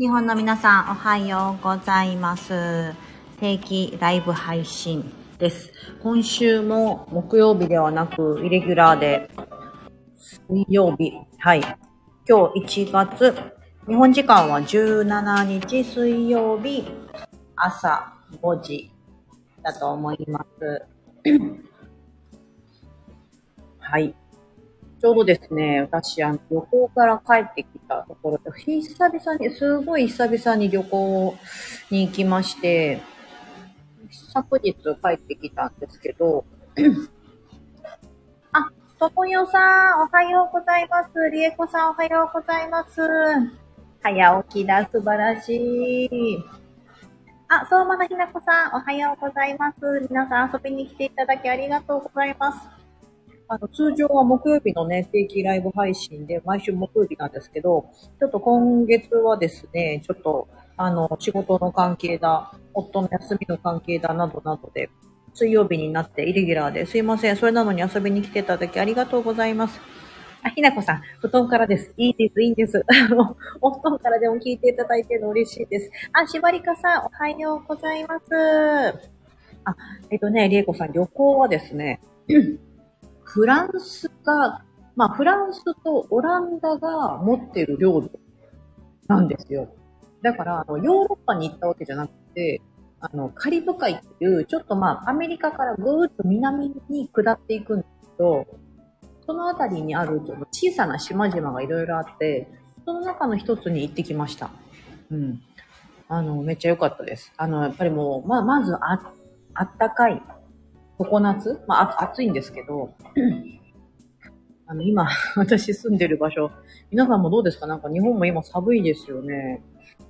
日本の皆さん、おはようございます。定期ライブ配信です。今週も木曜日ではなく、イレギュラーで、水曜日。はい。今日1月、日本時間は17日水曜日、朝5時だと思います。はい。ちょうどですね、私、旅行から帰ってきたところで、すごい久々に旅行に行きまして、昨日帰ってきたんですけど、あ、ともよさん、おはようございます。りえこさん、おはようございます。早起きだ、素晴らしい。相馬のひなこさん、おはようございます。皆さん遊びに来ていただきありがとうございます。通常は木曜日のね、定期ライブ配信で、毎週木曜日なんですけど、ちょっと今月はですね、ちょっと、仕事の関係だ、夫の休みの関係だ、などなどで、水曜日になってイレギュラーですいません。それなのに遊びに来ていただきありがとうございます。ひなこさん、布団からです。いいです、いいんです。お布団からでも聞いていただいてるの嬉しいです。しばりかさん、おはようございます。りえこさん、旅行はですね、フランスとオランダが持ってる領土なんですよ。だから、ヨーロッパに行ったわけじゃなくて、カリブ海っていう、ちょっとアメリカからぐーっと南に下っていくんですけど、そのあたりにあるちょっと小さな島々がいろいろあって、その中の一つに行ってきました。うん。めっちゃ良かったです。やっぱりもう、まずあったかい。常夏暑いんですけど、今、私住んでる場所、皆さんもどうですか？なんか日本も今寒いですよね。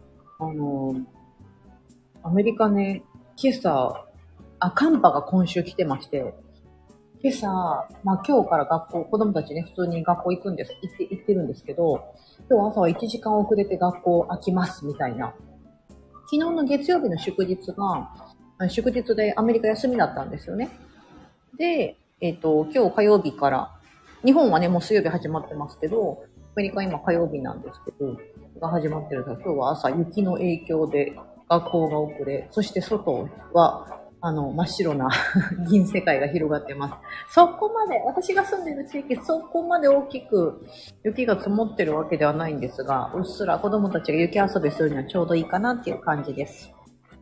アメリカね、今朝、寒波が今週来てまして、今朝、今日から子供たちね、普通に学校行ってるんですけど、今日朝は1時間遅れて学校開きます、みたいな。昨日の月曜日の祝日でアメリカ休みだったんですよね。で、今日火曜日から、日本はね、もう水曜日始まってますけど、アメリカ今火曜日なんですけど、が始まってるから、今日は朝雪の影響で学校が遅れ、そして外は、真っ白な銀世界が広がってます。そこまで、私が住んでる地域、そこまで大きく雪が積もってるわけではないんですが、うっすら子供たちが雪遊びするにはちょうどいいかなっていう感じです。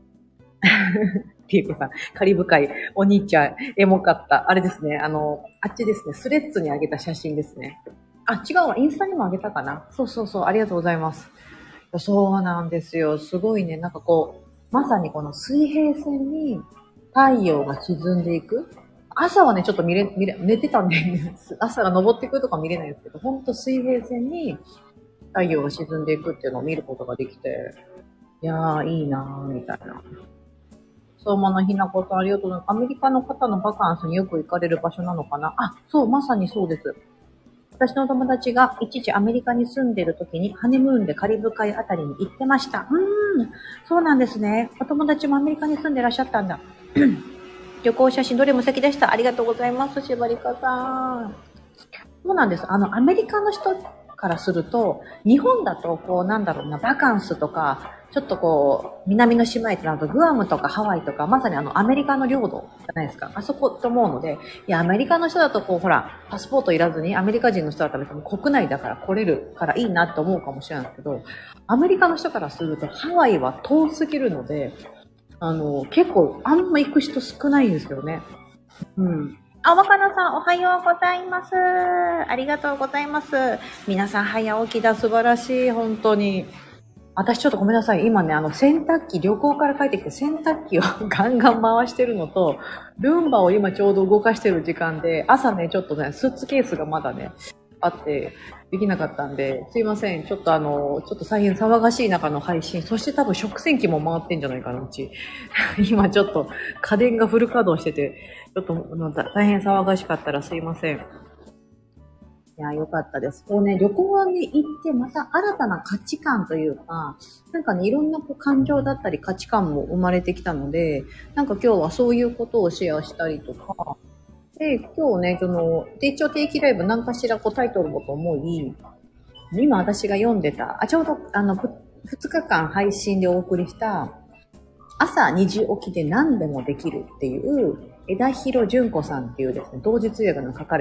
ピーコさん、カリブ海、お兄ちゃん、エモかった。あれですね、あっちですね、スレッズに上げた写真ですね。違うわ、インスタにも上げたかな。そう、ありがとうございます。そうなんですよ。すごいね、なんかこう、まさにこの水平線に太陽が沈んでいく。朝はね、ちょっと寝てたんで、朝が昇ってくるとか見れないんですけど、ほんと水平線に太陽が沈んでいくっていうのを見ることができて、いやー、いいなー、みたいな。相馬のひなこさん、ありがとうございます。アメリカの方のバカンスによく行かれる場所なのかな？そう、まさにそうです。私の友達が一時アメリカに住んでいる時にハネムーンでカリブ海あたりに行ってました。そうなんですね。お友達もアメリカに住んでらっしゃったんだ。旅行写真どれも素敵でした。ありがとうございます、しばりかさん。そうなんです。アメリカの人からすると、日本だと、バカンスとか、ちょっとこう、南の島へってなると、グアムとかハワイとか、まさにアメリカの領土じゃないですか。あそこと思うので、いや、アメリカの人だとパスポートいらずに、アメリカ人の人だったら国内だから来れるからいいなって思うかもしれないですけど、アメリカの人からすると、ハワイは遠すぎるので、結構、あんま行く人少ないんですよね。若菜さん、おはようございます。ありがとうございます。皆さん、早起きだ、素晴らしい、本当に。私ちょっとごめんなさい。今ね、旅行から帰ってきて洗濯機をガンガン回してるのと、ルンバを今ちょうど動かしてる時間で、朝ね、ちょっとね、スーツケースがまだね、あって、できなかったんで、すいません。ちょっと大変騒がしい中の配信、そして多分食洗機も回ってんじゃないかな、うち。今ちょっと家電がフル稼働してて、ちょっと大変騒がしかったらすいません。いや、よかったです。こうね、旅行に行ってまた新たな価値観というか、なんかね、いろんな感情だったり価値観も生まれてきたので、なんか今日はそういうことをシェアしたりとか、で、今日ね、一応定期ライブ何かしらタイトルもと思い、今私が読んでた、ちょうど 2日間配信でお送りした朝2時起きで何でもできるっていう枝広純子さんっていうですね、同時通訳の方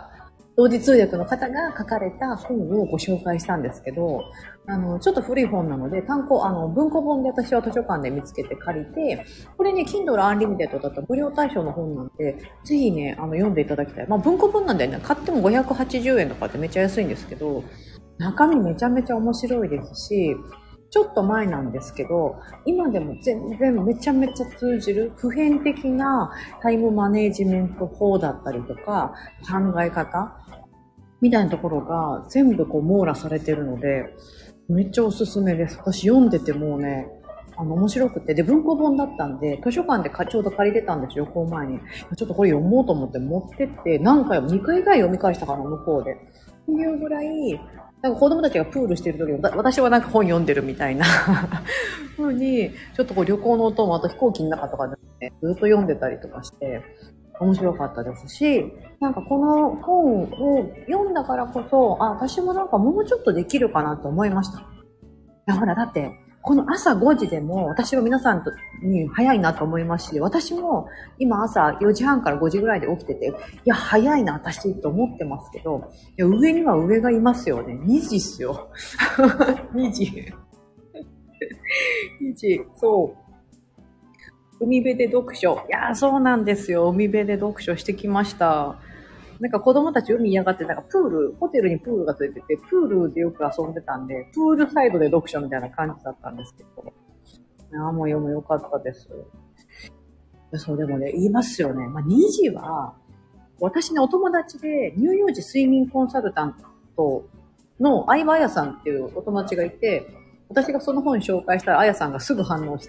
が書かれた本をご紹介したんですけど、ちょっと古い本なので、文庫本で私は図書館で見つけて借りて、これね、Kindle Unlimited だった無料対象の本なんで、ぜひね、読んでいただきたい。まあ、文庫本なんでね、買っても580円とかってめっちゃ安いんですけど、中身めちゃめちゃ面白いですし、ちょっと前なんですけど、今でも全然めちゃめちゃ通じる普遍的なタイムマネージメント法だったりとか、考え方みたいなところが全部こう網羅されてるので、めっちゃおすすめです。私読んでてもうね、面白くて。で、文庫本だったんで、図書館でちょうど借りてたんですよ、旅行前に。ちょっとこれ読もうと思って持ってって、何回も2回ぐらい読み返したかな、向こうで。っていうぐらい、なんか子供たちがプールしてる時に、私はなんか本読んでるみたいな風に、ちょっとこう旅行の音もあと飛行機の中とかで、ね、ずっと読んでたりとかして、面白かったですし、なんかこの本を読んだからこそ、私もなんかもうちょっとできるかなと思いました。ほら、だって、この朝5時でも私は皆さんに早いなと思いますし、私も今朝4時半から5時ぐらいで起きてて、いや、早いな、私と思ってますけど、いや、上には上がいますよね。2時っすよ。2時。2時、そう。海辺で読書。いやー、そうなんですよ。海辺で読書してきました。なんか子供たち海嫌がって、なんかホテルにプールがついてて、プールでよく遊んでたんで、プールサイドで読書みたいな感じだったんですけど。もう読むよかったです。そう、でもね、言いますよね。2時は、私ね、お友達で、乳幼児睡眠コンサルタントの相葉彩さんっていうお友達がいて、私がその本紹介したら彩さんがすぐ反応して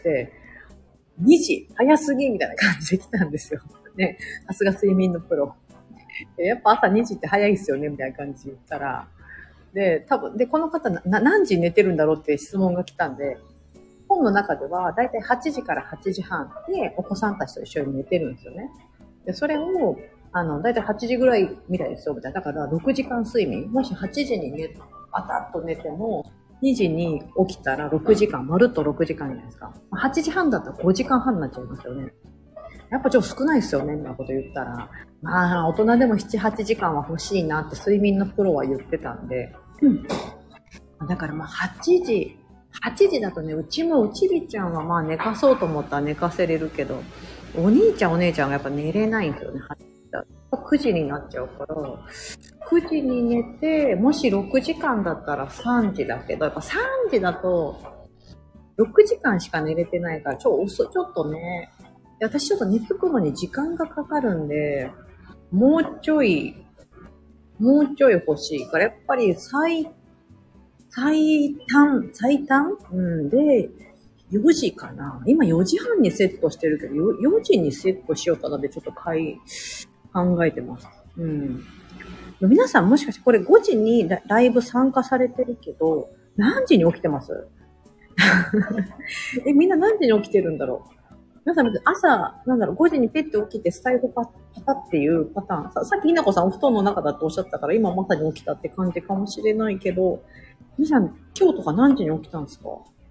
、2時早すぎみたいな感じで来たんですよ。ね、さすが睡眠のプロ。やっぱ朝2時って早いっすよねみたいな感じで言ったら、で、多分、で、この方何時に寝てるんだろうって質問が来たんで、本の中ではだいたい8時から8時半でお子さんたちと一緒に寝てるんですよね。で、それを、だいたい8時ぐらいみたいですよ、みたいな。だから6時間睡眠。もし8時にバタッと寝ても、2時に起きたら6時間、まるっと6時間じゃないですか。8時半だったら5時間半になっちゃいますよね。やっぱちょっと少ないですよね、みたいなこと言ったら。大人でも7、8時間は欲しいなって睡眠のプロは言ってたんで。だから8時だとね、うちびちゃんは寝かそうと思ったら寝かせれるけど、お兄ちゃんお姉ちゃんがやっぱ寝れないんですよね、8時だと。9時になっちゃうから、9時に寝て、もし6時間だったら3時だけど、やっぱ3時だと、6時間しか寝れてないから、ちょっとね、私ちょっと寝つくのに時間がかかるんで、もうちょい欲しいから、やっぱり最短で、4時かな。今4時半にセットしてるけど、4時にセットしようかなってちょっと考えてます。皆さんもしかしてこれ5時にライブ参加されてるけど、何時に起きてますみんな何時に起きてるんだろう。皆さん朝、5時にペッて起きてスタイルパタっていうパターン。さっきひなこさんお布団の中だとおっしゃったから、今まさに起きたって感じかもしれないけど、皆さん今日とか何時に起きたんですか？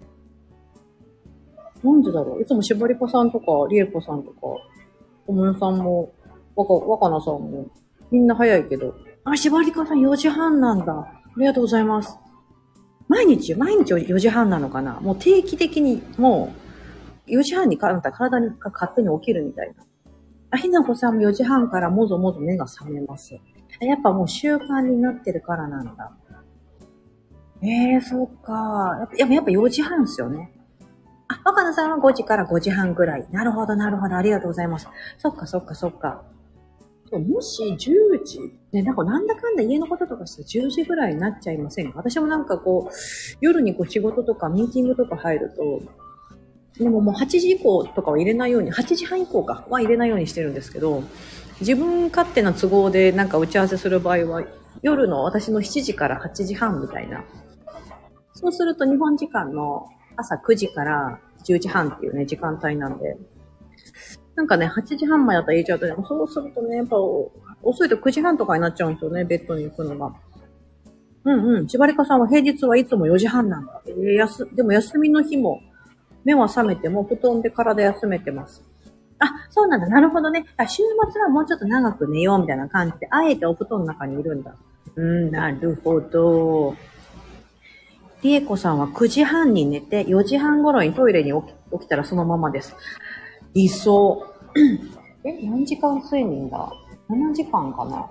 何時だろう。いつもしばりこさんとか、りえこさんとか、ともよさんも、わかなさんも、みんな早いけど、しばりこさん4時半なんだ。ありがとうございます。毎日4時半なのかな。もう定期的に、もう、4時半に体に勝手に起きるみたいな。ひなこさんも4時半からもぞもぞ目が覚めます。やっぱもう習慣になってるからなんだ。そっか。やっぱ4時半ですよね。若菜さんは5時から5時半ぐらい。なるほど。ありがとうございます。そっか。もし10時、ね、なんだかんだ家のこととかして10時ぐらいになっちゃいませんか？私も夜に仕事とかミーティングとか入ると、でももう8時以降とかは入れないように、8時半以降は入れないようにしてるんですけど、自分勝手な都合で打ち合わせする場合は、夜の私の7時から8時半みたいな。そうすると日本時間の朝9時から10時半っていうね、時間帯なんで。8時半前だったら入れちゃうとね、そうするとね、やっぱ遅いと9時半とかになっちゃうんですよね、ベッドに行くのが。 うんうん。しばりかさんは平日はいつも4時半なんだ。でも休みの日も、目は覚めても布団で体休めてます。あ、そうなんだ。なるほどね。週末はもうちょっと長く寝ようみたいな感じで、あえてお布団の中にいるんだ。なるほど。りえこさんは9時半に寝て、4時半頃にトイレに起きたらそのままです。理想。何時間睡眠だ ?7 時間かな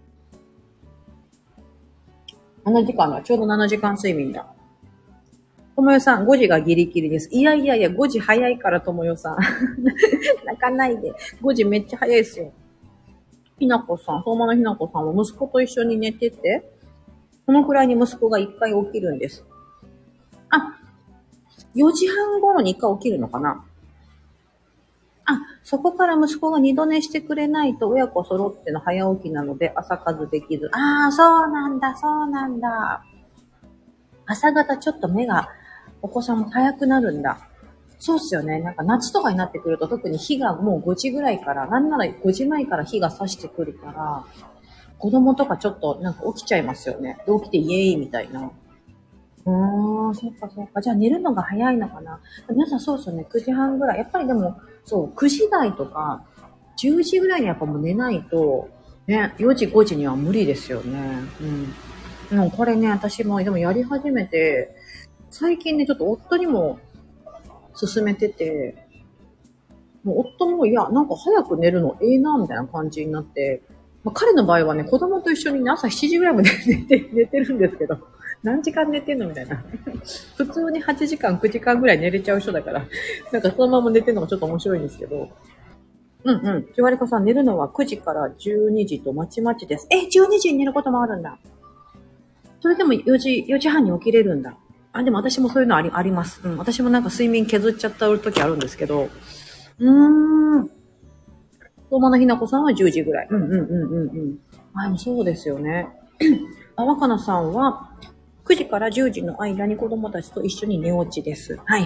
?7 時間だ。ちょうど7時間睡眠だ。ともよさん、5時がギリギリです。いやいやいや、5時早いから、ともよさん。泣かないで。5時めっちゃ早いですよ。ひなこさん、相馬のひなこさんは息子と一緒に寝てて、このくらいに息子が1回起きるんです。あ、4時半頃に1回起きるのかな。そこから息子が二度寝してくれないと親子揃っての早起きなので朝数できず。そうなんだ、そうなんだ。朝方ちょっと目が、お子さんも早くなるんだ。そうっすよね。なんか夏とかになってくると特に日がもう5時ぐらいから、なんなら5時前から日が差してくるから、子供とかちょっとなんか起きちゃいますよね。で起きてイエーイみたいな。そっかそっか。じゃあ寝るのが早いのかな。皆さんそうそうね、9時半ぐらい。やっぱりでも、そう、9時台とか、10時ぐらいにやっぱもう寝ないと、ね、4時、5時には無理ですよね。でもこれね、私もでもやり始めて、最近ね、ちょっと夫にも勧めてて、もう夫も、いや、なんか早く寝るのええな、みたいな感じになって、彼の場合はね、子供と一緒に、ね、朝7時ぐらいまで寝てるんですけど、何時間寝てんのみたいな。普通に8時間、9時間ぐらい寝れちゃう人だから、なんかそのまま寝てるのがちょっと面白いんですけど。ひわりこさん、寝るのは9時から12時とまちまちです。12時に寝ることもあるんだ。それでも4時半に起きれるんだ。でも私もそういうのあります。私もなんか睡眠削っちゃった時あるんですけど。相馬のひなこさんは10時ぐらい。でもそうですよね。若菜さんは9時から10時の間に子供たちと一緒に寝落ちです。はい。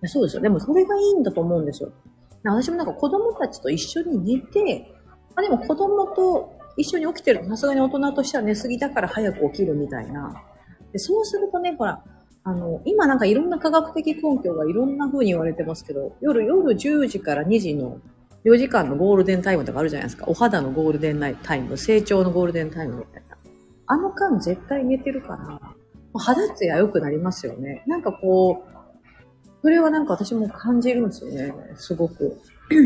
そうですよ。でもそれがいいんだと思うんですよ。私もなんか子供たちと一緒に寝て、でも子供と一緒に起きてるとさすがに大人としては寝すぎだから早く起きるみたいな。でそうするとね、ほら、今なんかいろんな科学的根拠がいろんな風に言われてますけど、夜10時から2時の4時間のゴールデンタイムとかあるじゃないですか。お肌のゴールデンタイム、成長のゴールデンタイムみたいな。あの間絶対寝てるから、肌ツヤ良くなりますよね。なんかこう、それはなんか私も感じるんですよね。すごく。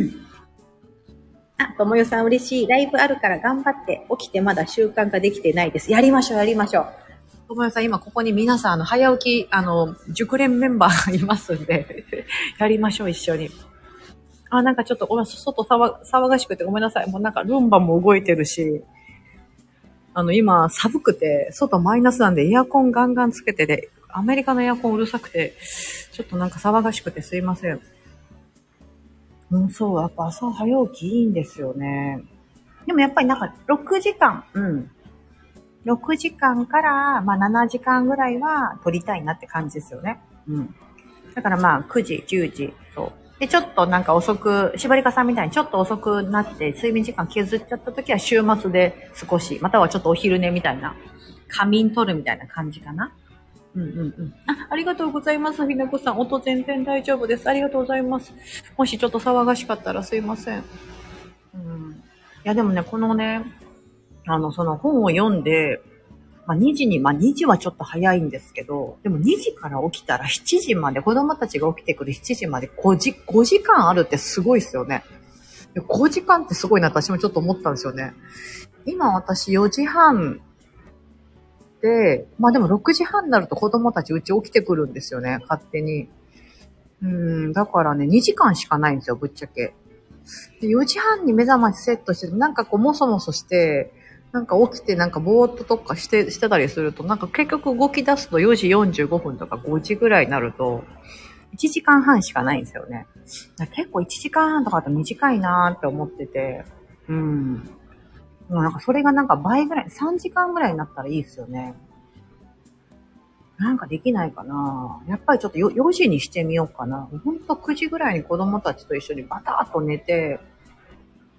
ともよさん嬉しい。ライブあるから頑張って。起きてまだ習慣化できてないです。やりましょう。ともよさん、今ここに皆さん、早起き、熟練メンバーがいますんで、やりましょう、一緒に。なんかちょっと、外騒がしくてごめんなさい。もうなんかルンバも動いてるし、今寒くて、外マイナスなんでエアコンガンガンつけてで、アメリカのエアコンうるさくて、ちょっとなんか騒がしくてすいません。そう、やっぱ朝早起きいいんですよね。でもやっぱりなんか6時間、6時間から、7時間ぐらいは取りたいなって感じですよね。だから9時、10時、そう。で、ちょっとなんか遅く、しばりかさんみたいにちょっと遅くなって睡眠時間削っちゃった時は週末で少し、またはちょっとお昼寝みたいな、仮眠取るみたいな感じかな。ありがとうございます。ひなこさん。音全然大丈夫です。ありがとうございます。もしちょっと騒がしかったらすいません。いや、でもね、このね、その本を読んで、2時に、2時はちょっと早いんですけど、でも2時から起きたら7時まで、子供たちが起きてくる7時まで5時間あるってすごいですよね。5時間ってすごいな、私もちょっと思ったんですよね。今私4時半で、でも6時半になると子供たちうち起きてくるんですよね、勝手に。だからね、2時間しかないんですよ、ぶっちゃけ。で4時半に目覚ましセットして、なんかこう、もそもそして、なんか起きてなんかぼーっととかしてたりすると、なんか結局動き出すと4時45分とか5時ぐらいになると、1時間半しかないんですよね。結構1時間半とかだと短いなーって思ってて、もうなんかそれがなんか倍ぐらい、3時間ぐらいになったらいいですよね。なんかできないかな。やっぱりちょっと4時にしてみようかな。ほんと9時ぐらいに子供たちと一緒にバターっと寝て、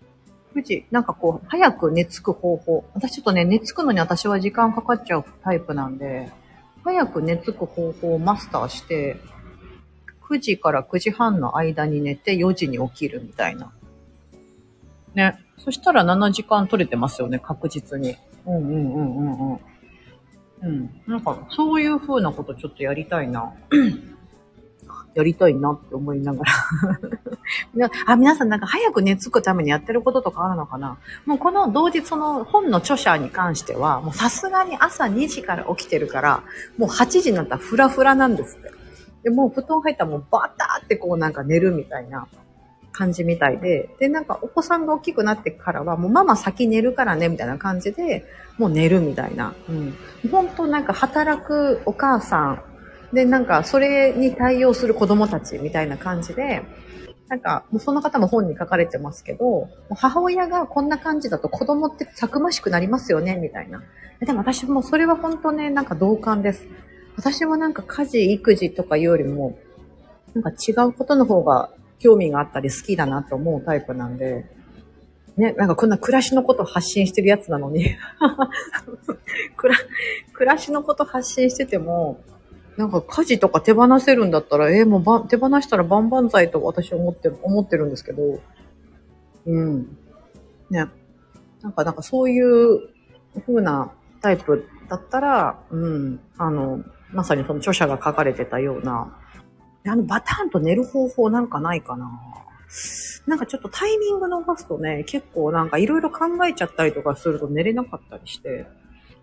9時、なんかこう、早く寝つく方法。私ちょっとね、寝つくのに私は時間かかっちゃうタイプなんで、早く寝つく方法をマスターして、9時から9時半の間に寝て4時に起きるみたいな。ね。そしたら7時間取れてますよね、確実に。うんうんうんうんうん。うん。なんか、そういう風なことちょっとやりたいな。やりたいなって思いながら。皆さんなんか早く寝つくためにやってることとかあるのかな。もうこの同日その本の著者に関しては、もうさすがに朝2時から起きてるから、もう8時になったらフラフラなんですって。で、もう布団入ったらもうバターってこうなんか寝るみたいな感じみたいで、で、なんかお子さんが大きくなってからは、もうママ先寝るからね、みたいな感じで、もう寝るみたいな。うん。本当なんか働くお母さん、で、なんかそれに対応する子供たちみたいな感じで、なんか、もうその方も本に書かれてますけど、母親がこんな感じだと子供ってたくましくなりますよね、みたいな。でも私もそれは本当ね、なんか同感です。私もなんか家事、育児とかいうよりも、なんか違うことの方が興味があったり好きだなと思うタイプなんで、ね、なんかこんな暮らしのこと発信してるやつなのに暮らしのこと発信してても、なんか家事とか手放せるんだったら、もう手放したら万々歳と私は思ってるんですけど、うん。ね。なんかそういう風なタイプだったら、うん。まさにその著者が書かれてたような、バタンと寝る方法なんかないかな。なんかちょっとタイミング逃すとね、結構なんかいろいろ考えちゃったりとかすると寝れなかったりして。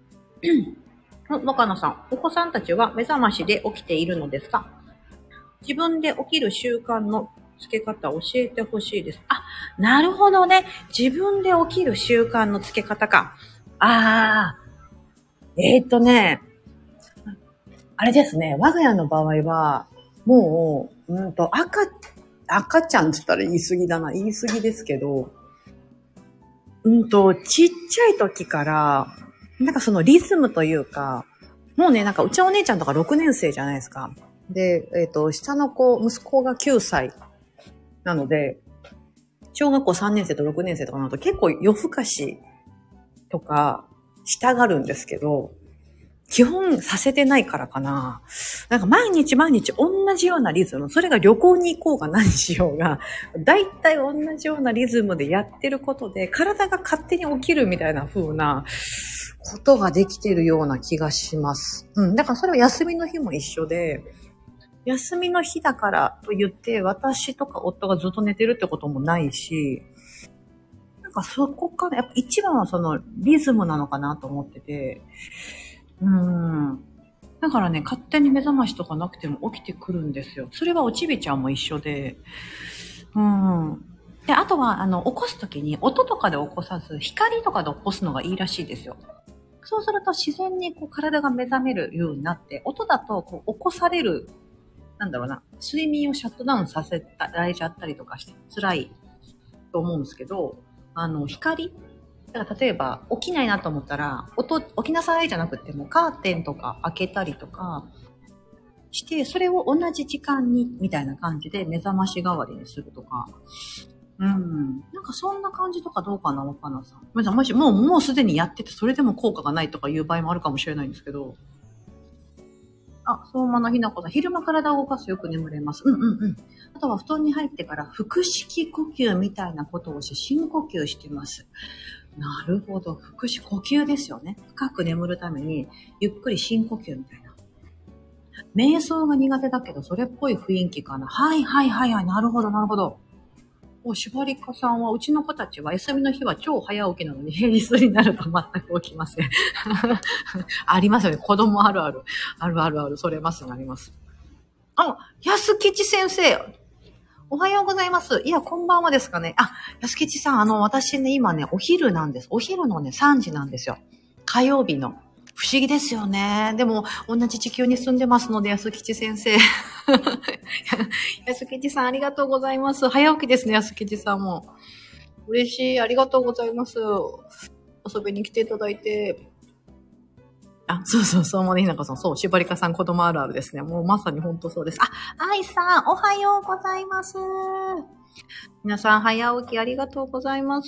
若菜さん、お子さんたちは目覚ましで起きているのですか？自分で起きる習慣のつけ方を教えてほしいです。あ、なるほどね。自分で起きる習慣のつけ方か。あね、あれですね。我が家の場合は、もう、赤ちゃんって言ったら言い過ぎだな。言い過ぎですけど、ちっちゃい時から、なんかそのリズムというか、もうね、なんかうちのお姉ちゃんとか6年生じゃないですか。で、下の子、息子が9歳なので、小学校3年生と6年生とかなると結構夜更かしとかしたがるんですけど、基本させてないからかな。なんか毎日毎日同じようなリズム、それが旅行に行こうが何しようが、だいたい同じようなリズムでやってることで、体が勝手に起きるみたいな風なことができているような気がします。うん。だからそれは休みの日も一緒で、休みの日だからと言って、私とか夫がずっと寝てるってこともないし、なんかそこから、やっぱ一番はそのリズムなのかなと思ってて、だからね、勝手に目覚ましとかなくても起きてくるんですよ。それはおちびちゃんも一緒で。で、あとは、起こすときに音とかで起こさず、光とかで起こすのがいいらしいですよ。そうすると自然にこう体が目覚めるようになって、音だとこう起こされる、睡眠をシャットダウンさせられちゃったりとかして辛いと思うんですけど、光だから例えば起きないなと思ったら、起きなさいじゃなくてもカーテンとか開けたりとかして、それを同じ時間にみたいな感じで目覚まし代わりにするとか。なんかそんな感じとかどうかな、若菜さん。もしもうすでにやっててそれでも効果がないとかいう場合もあるかもしれないんですけど。相馬のひなこさん、昼間体を動かすとよく眠れます。あとは布団に入ってから腹式呼吸みたいなことをして深呼吸してます。なるほど。腹式呼吸ですよね。深く眠るために、ゆっくり深呼吸みたいな。瞑想が苦手だけど、それっぽい雰囲気かな。はい。なるほど。しばりかさんは、うちの子たちは休みの日は超早起きなのに、平日になると全く起きません。ありますよね。子供あるある。それますがあります。安吉先生。おはようございます。いや、こんばんはですかね。安吉さん、私ね、今ね、お昼なんです。お昼のね、3時なんですよ。火曜日の。不思議ですよね。でも、同じ地球に住んでますので、安吉先生。安吉さん、ありがとうございます。早起きですね、安吉さんも。嬉しい。ありがとうございます。遊びに来ていただいて。そう、もねひなこさん。そう、しばりかさん、子供あるあるですね。もうまさに本当そうです。愛さん、おはようございます。 皆さん、早起きありがとうございます。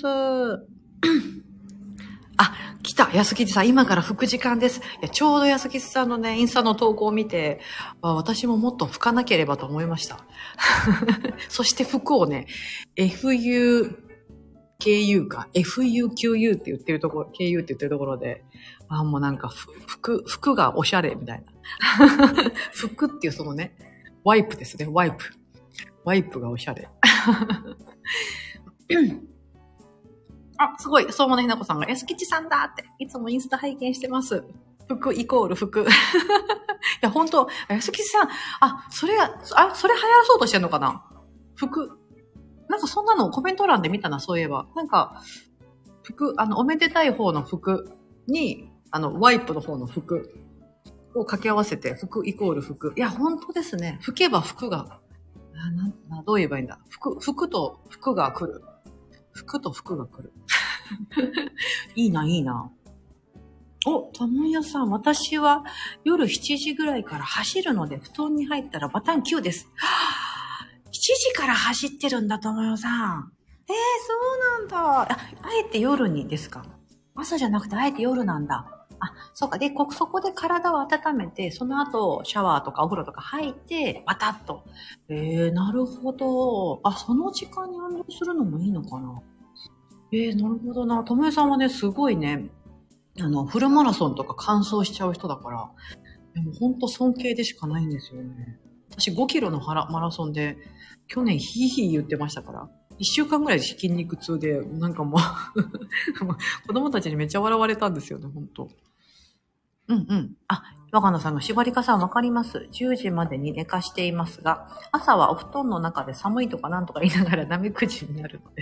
あ、来た安吉さん、今から拭く時間です。いや、ちょうど安吉さんのね、インスタの投稿を見て、私ももっと拭かなければと思いました。そして服をね、FUKU か、FUQU って言ってるところ、KU って言ってるところで、もうなんか、服がおしゃれみたいな。服っていうそのね、ワイプですね、ワイプ。ワイプがおしゃれ。あ、すごい。相馬のひなこさんが、安吉さんだって、いつもインスタ拝見してます。服イコール服。いや、本当安吉さん、それ流行らそうとしてんのかな服。なんかそんなのコメント欄で見たな、そういえば。なんか、服、おめでたい方の服に、ワイプの方の服を掛け合わせて、服イコール服。いや、本当ですね。吹けば服が、どう言えばいいんだ。服と服が来る。服と服が来る。いいな、いいな。お、ともやさん、私は夜7時ぐらいから走るので、布団に入ったらバタン9です。7時から走ってるんだ、ともやさん。そうなんだ。あえて夜にですか？朝じゃなくてあえて夜なんだ。そうか。で、そこで体を温めて、その後、シャワーとかお風呂とか入って、バタッと。なるほど。その時間に運動するのもいいのかな？なるほどな。ともえさんはね、すごいね、フルマラソンとか完走しちゃう人だから、でもほんと尊敬でしかないんですよね。私5キロのマラソンで、去年ヒーヒー言ってましたから、1週間ぐらい筋肉痛で、なんかもう子供たちにめっちゃ笑われたんですよね、ほんと。うんうん。若菜さんが縛りかさんわかります。10時までに寝かしていますが、朝はお布団の中で寒いとかなんとか言いながらなめくじになるのです。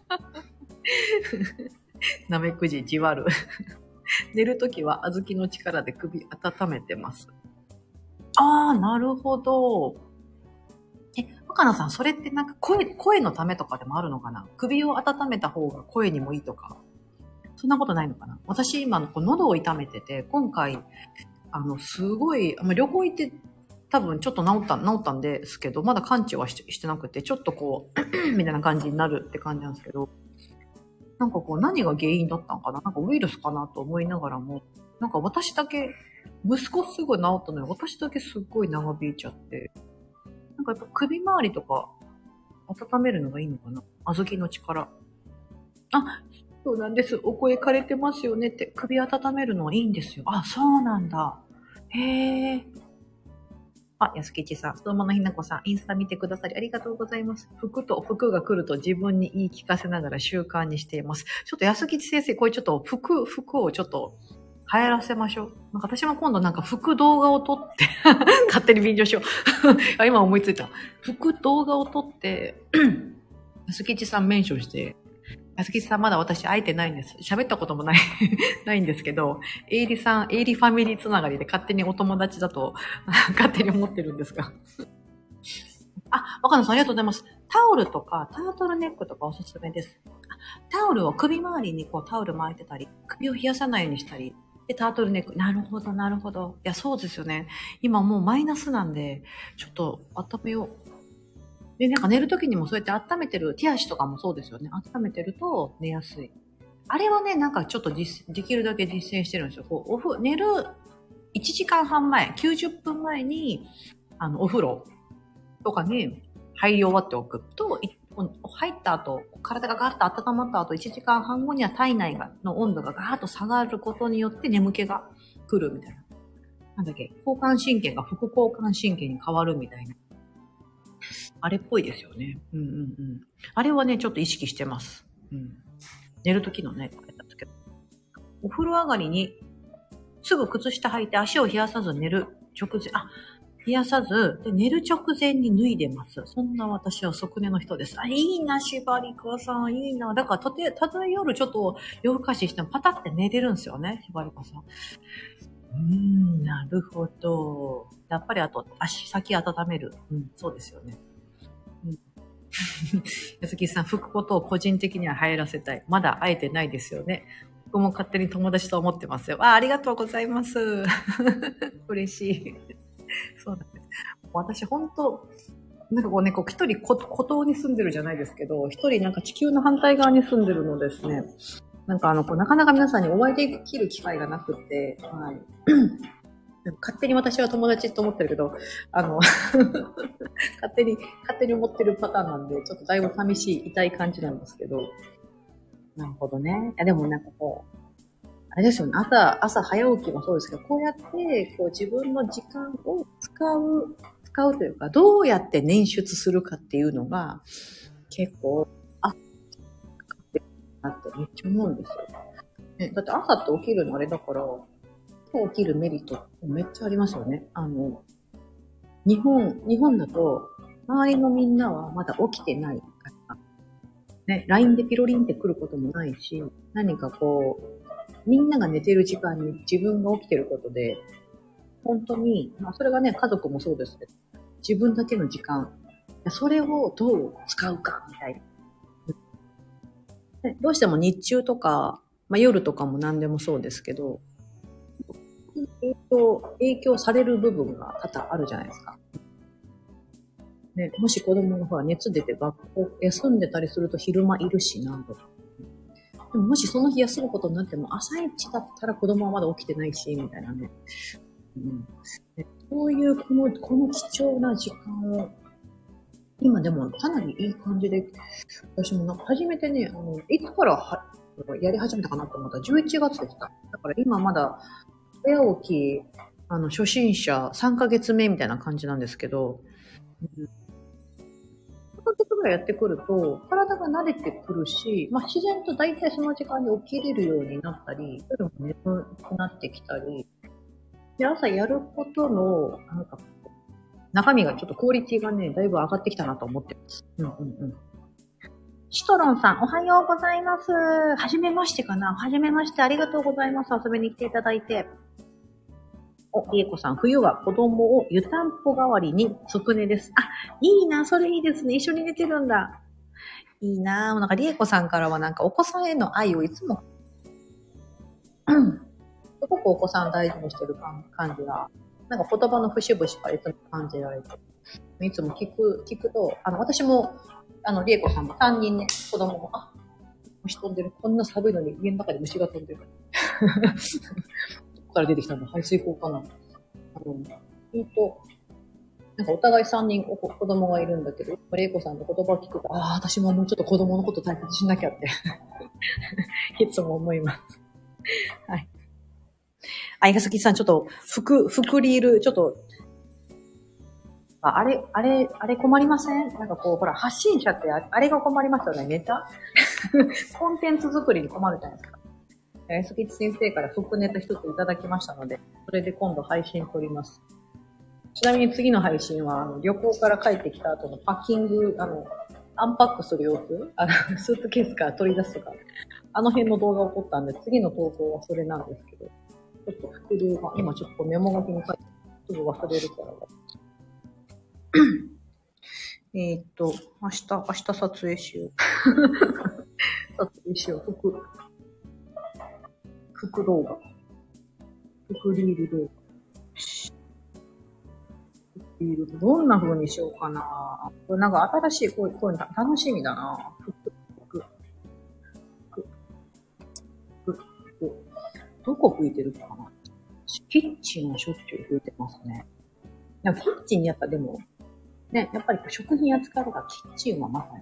なめくじじわる。寝るときは小豆の力で首温めてます。なるほど。若菜さん、それってなんか声のためとかでもあるのかな？首を温めた方が声にもいいとか。そんなことないのかな？私今喉を痛めてて、今回、すごい、旅行行って多分ちょっと治ったんですけど、まだ完治はしてなくて、ちょっとこう、みたいな感じになるって感じなんですけど、なんかこう何が原因だったのかな？なんかウイルスかなと思いながらも、なんか私だけ、息子すぐ治ったのに私だけすっごい長引いちゃって、なんかやっぱ首周りとか温めるのがいいのかな？小豆の力。そうなんです。お声枯れてますよねって。首温めるのはいいんですよ。そうなんだ。へー。安吉さん、相馬のひなこさん、インスタ見てくださりありがとうございます。服が来ると自分に言い聞かせながら習慣にしています。ちょっと安吉先生、これちょっと服をちょっと流行らせましょう。なんか私も今度なんか服動画を撮って勝手に便乗しよう。今思いついた。服動画を撮って、安吉さんメンションして、安吉さんまだ私会えてないんです。喋ったこともないないんですけど、エイリファミリーつながりで勝手にお友達だと勝手に思ってるんですが。若菜さんありがとうございます。タオルとかタートルネックとかおすすめです。タオルを首周りにこうタオル巻いてたり、首を冷やさないようにしたり、で、タートルネック。なるほど、なるほど。いや、そうですよね。今もうマイナスなんで、ちょっと温めよう。で、なんか寝るときにもそうやって温めてる、手足とかもそうですよね。温めてると寝やすい。あれはね、なんかちょっとできるだけ実践してるんですよ。こう、寝る1時間半前、90分前に、お風呂とかに入り終わっておくと、入った後、体がガーッと温まった後、1時間半後には体内の温度がガーッと下がることによって眠気が来るみたいな。なんだっけ、交感神経が副交感神経に変わるみたいな。あれっぽいですよね。うんうんうん。あれはね、ちょっと意識してます。うん。寝るときのね、あれなんですけど。お風呂上がりに、すぐ靴下履いて足を冷やさず寝る直前、冷やさず、で寝る直前に脱いでます。そんな私は即寝の人です。いいな、縛りかさん、いいな。だから、たとえ夜ちょっと夜更かししてもパタって寝れるんですよね、縛りかさん。なるほど。やっぱりあと、足先温める。そうですよね。安木さん、吹くことを個人的には流行らせたい。まだ会えてないですよね。僕も勝手に友達と思ってますよ。ありがとうございます。嬉しい。そうなんです。私、本当なんかこうね、こう一人孤島に住んでるじゃないですけど、一人なんか地球の反対側に住んでるのですね。なんかこうなかなか皆さんにお会いできる機会がなくて、はい。勝手に私は友達と思ってるけど、勝手に思ってるパターンなんで、ちょっとだいぶ寂しい、痛い感じなんですけど。なるほどね。いやでもなんかこう、あれですよね。朝早起きもそうですけど、こうやって、こう自分の時間を使うというか、どうやって捻出するかっていうのが、結構、ってなってめっちゃ思うんですよ。ね、だって朝って起きるのあれだから、起きるメリットめっちゃありますよね。日本だと、周りのみんなはまだ起きてないから、ね、LINE でピロリンって来ることもないし、何かこう、みんなが寝てる時間に自分が起きてることで、本当に、まあそれがね、家族もそうですけど、自分だけの時間、それをどう使うか、みたいな。どうしても日中とか、まあ夜とかも何でもそうですけど、影響される部分が多々あるじゃないですか。ね、もし子供の方が熱出て学校休んでたりすると昼間いるしなとか。でももしその日休むことになっても朝一だったら子供はまだ起きてないし、みたいなね。そういうこの貴重な時間を、今でもかなりいい感じで、私もなんか初めてね、いつからやり始めたかなと思ったら11月でした。だから今まだ早起き、初心者3ヶ月目みたいな感じなんですけど、3ヶ月ぐらいやってくると、体が慣れてくるし、まあ自然と大体その時間に起きれるようになったり、夜も眠くなってきたり、で、朝やることの、なんか、中身がちょっとクオリティがね、だいぶ上がってきたなと思ってます。シトロンさん、おはようございます。はじめましてかな。はじめまして、ありがとうございます。遊びに来ていただいて。りえこさん、冬は子供を湯たんぽ代わりに即寝です。あ、いいな、それいいですね。一緒に寝てるんだ。いいな。なんかりえこさんからはなんかお子さんへの愛をいつも、すごくお子さん大事にしてる感じが、なんか言葉の節々からいつも感じられて、いつも聞くと、私も、りえこさんも3人ね、子供も、虫飛んでる。こんな寒いのに家の中で虫が飛んでる。どこから出てきたの？排水口かな。なんかお互い3人子供がいるんだけど、りえこさんの言葉を聞くと、私ももうちょっと子供のこと大切しなきゃって、いつも思います。はい。いがさきさん、ちょっと、福リール、ちょっと、あれ困りません？なんかこう、ほら、発信者ってあれが困りますよね、ネタコンテンツ作りに困るじゃないですか。スキッチ先生から福ネタ一ついただきましたので、それで今度配信撮ります。ちなみに次の配信は、旅行から帰ってきた後のパッキング、アンパックする様子、スーツケースから取り出すとか、あの辺の動画を撮ったんで、次の投稿はそれなんですけど、ちょっと副流が、今ちょっとメモ書きに書いて、すぐ忘れるから。明日撮影しよう。撮影しよう。副動画。副リール動画。副リールどんな風にしようかな。これなんか新しい、こういうの楽しみだな。どこ拭いてるかな。キッチンはしょっちゅう拭いてますね。キッチンにやっぱでも、ね、やっぱり食品扱うからキッチンはまさ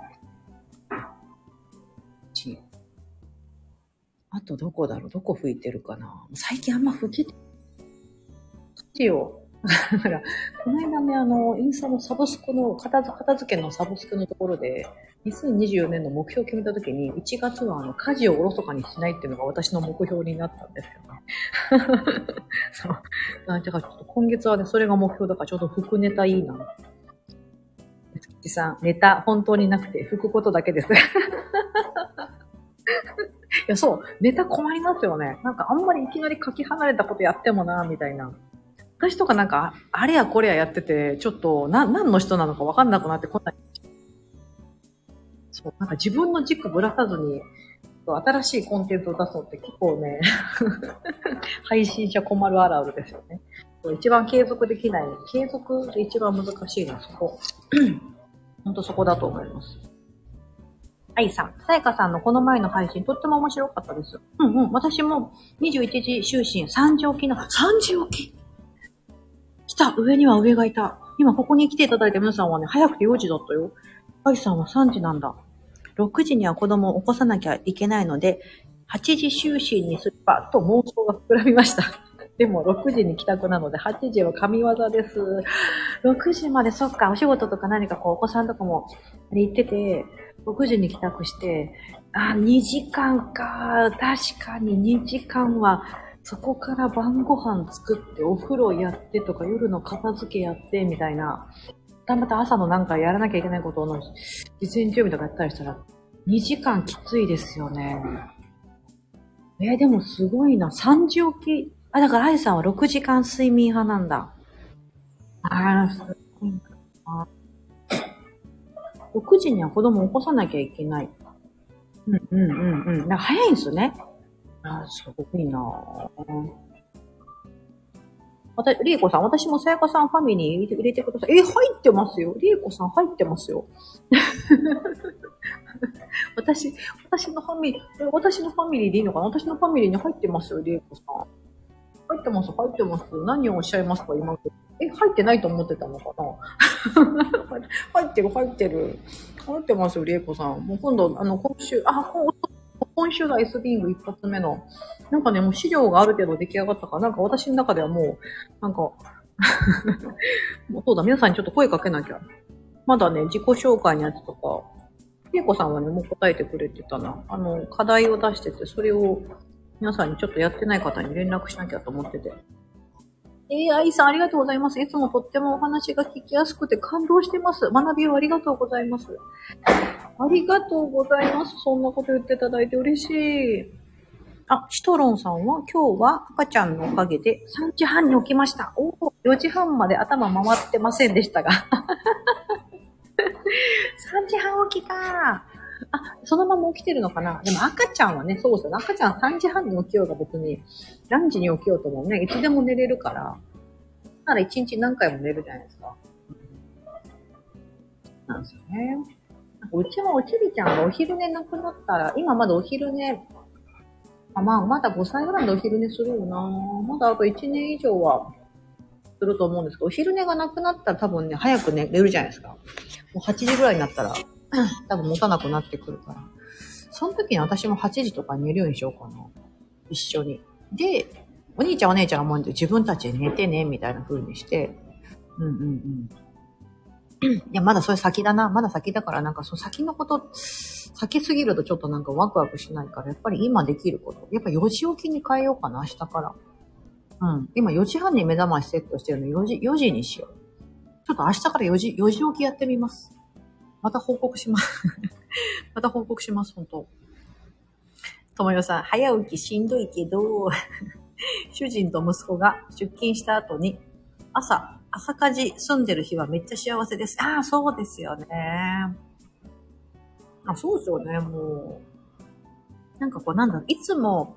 に。あとどこだろう？どこ拭いてるかな？最近あんま拭きてよ。だから、この間ね、インスタのサブスクの、片付けのサブスクのところで、2024年の目標を決めたときに、1月は家事をおろそかにしないっていうのが私の目標になったんですよね。そう。だからちょっと今月はね、それが目標だからちょっと服ネタいいな。月さん、ネタ本当になくて、拭くことだけです。いや、そう、ネタ困りますよね。なんかあんまりいきなり書き離れたことやってもな、みたいな。私とかなんか、あれやこれややってて、ちょっと、何の人なのかわかんなくなってこない。そう、なんか自分の軸ぶらさずに、新しいコンテンツを出すのって結構ね、配信者困るあるあるですよね。一番継続できない。継続で一番難しいのはそこ。 ほんとそこだと思います。愛さん、さやかさんのこの前の配信、とっても面白かったです。うんうん。私も21時就寝、3時起きの、3時起き来た、上には上がいた。今ここに来ていただいた皆さんはね、早くて4時だったよ。愛さんは3時なんだ。6時には子供を起こさなきゃいけないので、8時就寝にすればと妄想が膨らみました。でも6時に帰宅なので8時は神業です。6時までそっか、お仕事とか何かこうお子さんとかも行ってて、6時に帰宅して、2時間か。確かに2時間は、そこから晩ご飯作ってお風呂やってとか夜の片付けやってみたいな。また朝のなんかやらなきゃいけないことの実演準備とかやったりしたら2時間きついですよね。でもすごいな。3時起き。だから愛さんは6時間睡眠派なんだ。すごいな。6時には子供を起こさなきゃいけない。なんか早いんですね。すごいなぁ。りえこさん、私もさやかさんファミリーに入れてください。入ってますよ。りえこさん入ってますよ。私のファミリーでいいのかな。私のファミリーに入ってますよ、りえこさん。入ってます。何をおっしゃいますか、今。入ってないと思ってたのかな。入ってる。入ってますよ、りえこさん。もう今度、今週が S ビング一発目の、なんかね、もう資料がある程度出来上がったから、なんか私の中ではもう、なんか、もうそうだ、皆さんにちょっと声かけなきゃ。まだね、自己紹介のやつとか、りえこさんはね、もう答えてくれてたな。課題を出してて、それを皆さんにちょっとやってない方に連絡しなきゃと思ってて。愛さんありがとうございます。いつもとってもお話が聞きやすくて感動してます。学びをありがとうございます。ありがとうございます。そんなこと言っていただいて嬉しい。シトロンさんは今日は赤ちゃんのおかげで3時半に起きました。4時半まで頭回ってませんでしたが。3時半起きか。そのまま起きてるのかな。でも赤ちゃんはね、そうですよ。赤ちゃん3時半に起きようが別に、何時に起きようともね、いつでも寝れるから。なら1日何回も寝るじゃないですか。なんですよね。うちはおちびちゃんがお昼寝なくなったら、今まだお昼寝、まだ5歳ぐらいでお昼寝するよな。まだあと1年以上はすると思うんですけど、お昼寝がなくなったら多分ね、早く寝れるじゃないですか。もう8時ぐらいになったら、多分持たなくなってくるから。その時に私も8時とかに寝るようにしようかな。一緒に。で、お兄ちゃんお姉ちゃんがもう自分たちで寝てね、みたいな風にして、いや、まだそれ先だな。まだ先だから、なんか先のこと、先すぎるとちょっとなんかワクワクしないから、やっぱり今できること。やっぱ4時起きに変えようかな、明日から。今4時半に目覚ましセットしてるの4時にしよう。ちょっと明日から4時起きやってみます。また報告します。本当。ともよさん、早起きしんどいけど、主人と息子が出勤した後に、朝家事住んでる日はめっちゃ幸せです。そうですよね。そうですよね、もう。なんかこう、いつも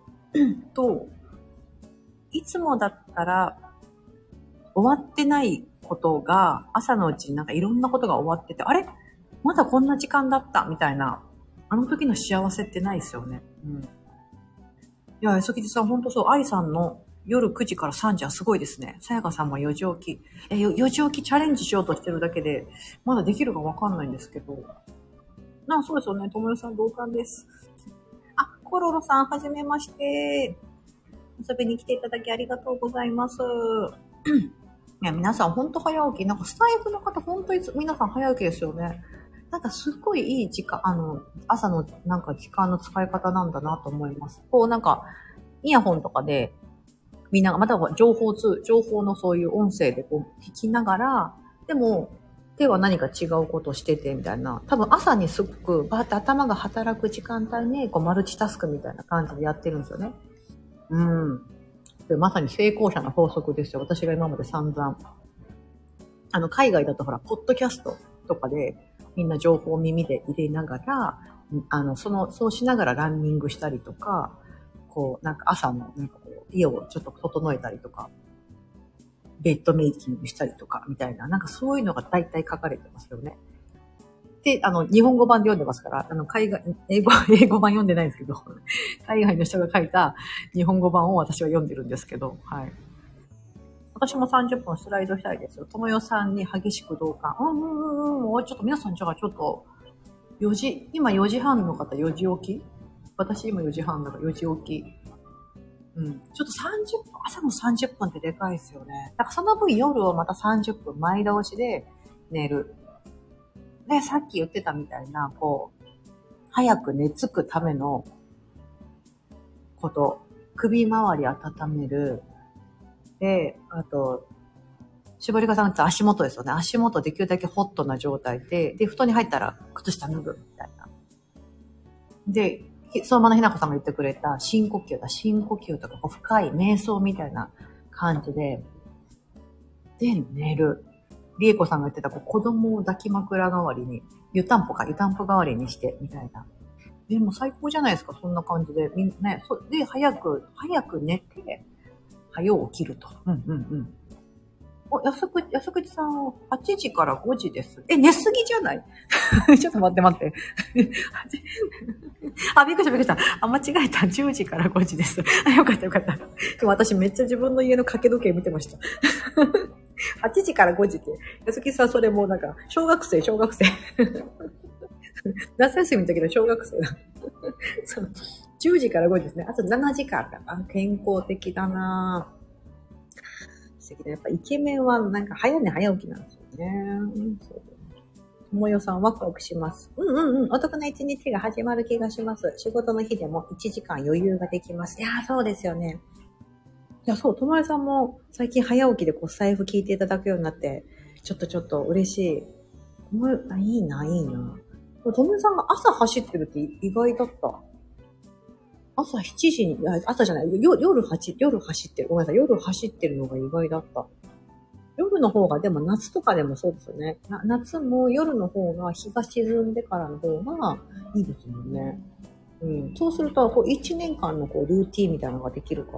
だったら、終わってないことが、朝のうちになんかいろんなことが終わってて、あれまだこんな時間だったみたいな、あの時の幸せってないですよね。いや、そきじさん、ほんとそう、愛さんの夜9時から3時はすごいですね。さやかさんも4時起き。4時起きチャレンジしようとしてるだけで、まだできるかわかんないんですけど。そうですよね。ともよさん同感です。コロロさん、はじめまして。遊びに来ていただきありがとうございます。いや、皆さんほんと早起き。なんかスタイフの方ほんと皆さん早起きですよね。なんかすっごいいい時間、朝のなんか時間の使い方なんだなと思います。こうなんか、イヤホンとかで、みんなが、または情報のそういう音声でこう聞きながら、でも、手は何か違うことしててみたいな。多分朝にすごくバーって頭が働く時間帯にこうマルチタスクみたいな感じでやってるんですよね。でまさに成功者の法則ですよ。私が今まで散々。海外だとほら、ポッドキャストとかでみんな情報を耳で入れながら、そうしながらランニングしたりとか、こう、なんか朝の、なんかこう、家をちょっと整えたりとか、ベッドメイキングしたりとか、みたいな、なんかそういうのが大体書かれてますよね。 で、日本語版で読んでますから、英語版読んでないんですけど、海外の人が書いた日本語版を私は読んでるんですけど、はい。私も30分スライドしたいですよ。ともよさんに激しく同感。もうちょっと皆さん、じゃあちょっと、今4時半の方4時起き？私今4時半だから4時起き。ちょっと朝の30分ってでかいですよね。だからその分夜をまた30分前倒しで寝る。で、さっき言ってたみたいな、早く寝つくためのこと。首周り温める。で、あと、絞り方が足元ですよね。足元できるだけホットな状態で、布団に入ったら靴下脱ぐみたいな。で、相馬のひなこさんが言ってくれた深呼吸とか深い瞑想みたいな感じで、寝る。りえこさんが言ってた子供を抱き枕代わりに、湯たんぽ代わりにして、みたいな。でも最高じゃないですか、そんな感じで。みんなね、で、早く寝て、早起きると。安口さん、8時から5時です。寝すぎじゃないちょっと待って。びっくりした。間違えた。10時から5時です。よかった。でも私めっちゃ自分の家の掛け時計見てました。8時から5時って。安口さん、それもうなんか、小学生。夏休みの時の小学生だ。そう。10時から5時ですね。あと7時間かな。健康的だなぁ。素敵だ。やっぱイケメンはなんか早寝早起きなんですよね。そう。ともよさんワクワクします。お得な一日が始まる気がします。仕事の日でも1時間余裕ができます。いやー、そうですよね。いや、そう、ともよさんも最近早起きで財布聞いていただくようになって、ちょっと嬉しい。いいな。ともよさんが朝走ってるって意外だった。朝7時に、朝じゃない、夜走ってる。ごめんなさい、夜走ってるのが意外だった。夜の方が、でも夏とかでもそうですよね。夏も夜の方が日が沈んでからの方がいいですもんね。そうすると、1年間のルーティーンみたいなのができるから。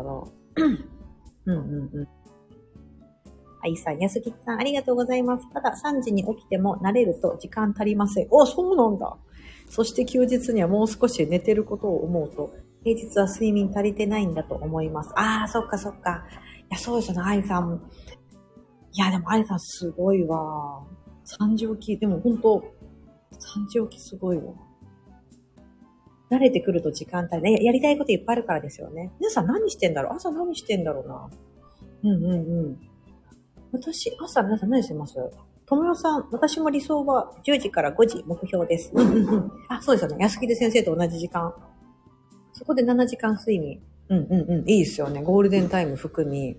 愛さん、安木さん、ありがとうございます。ただ、3時に起きても慣れると時間足りません。そうなんだ。そして休日にはもう少し寝てることを思うと、平日は睡眠足りてないんだと思います。そっか。いや、そうですよね、愛さん。いや、でも愛さんすごいわ。3時起き、でも本当3時起きすごいわ。慣れてくると時間帯ね、やりたいこといっぱいあるからですよね。皆さん何してんだろう？朝何してんだろうな。私、朝皆さん何してます？ともよさん、私も理想は10時から5時目標です。そうですよね。安木で先生と同じ時間。そこで7時間睡眠。いいですよね。ゴールデンタイム含み。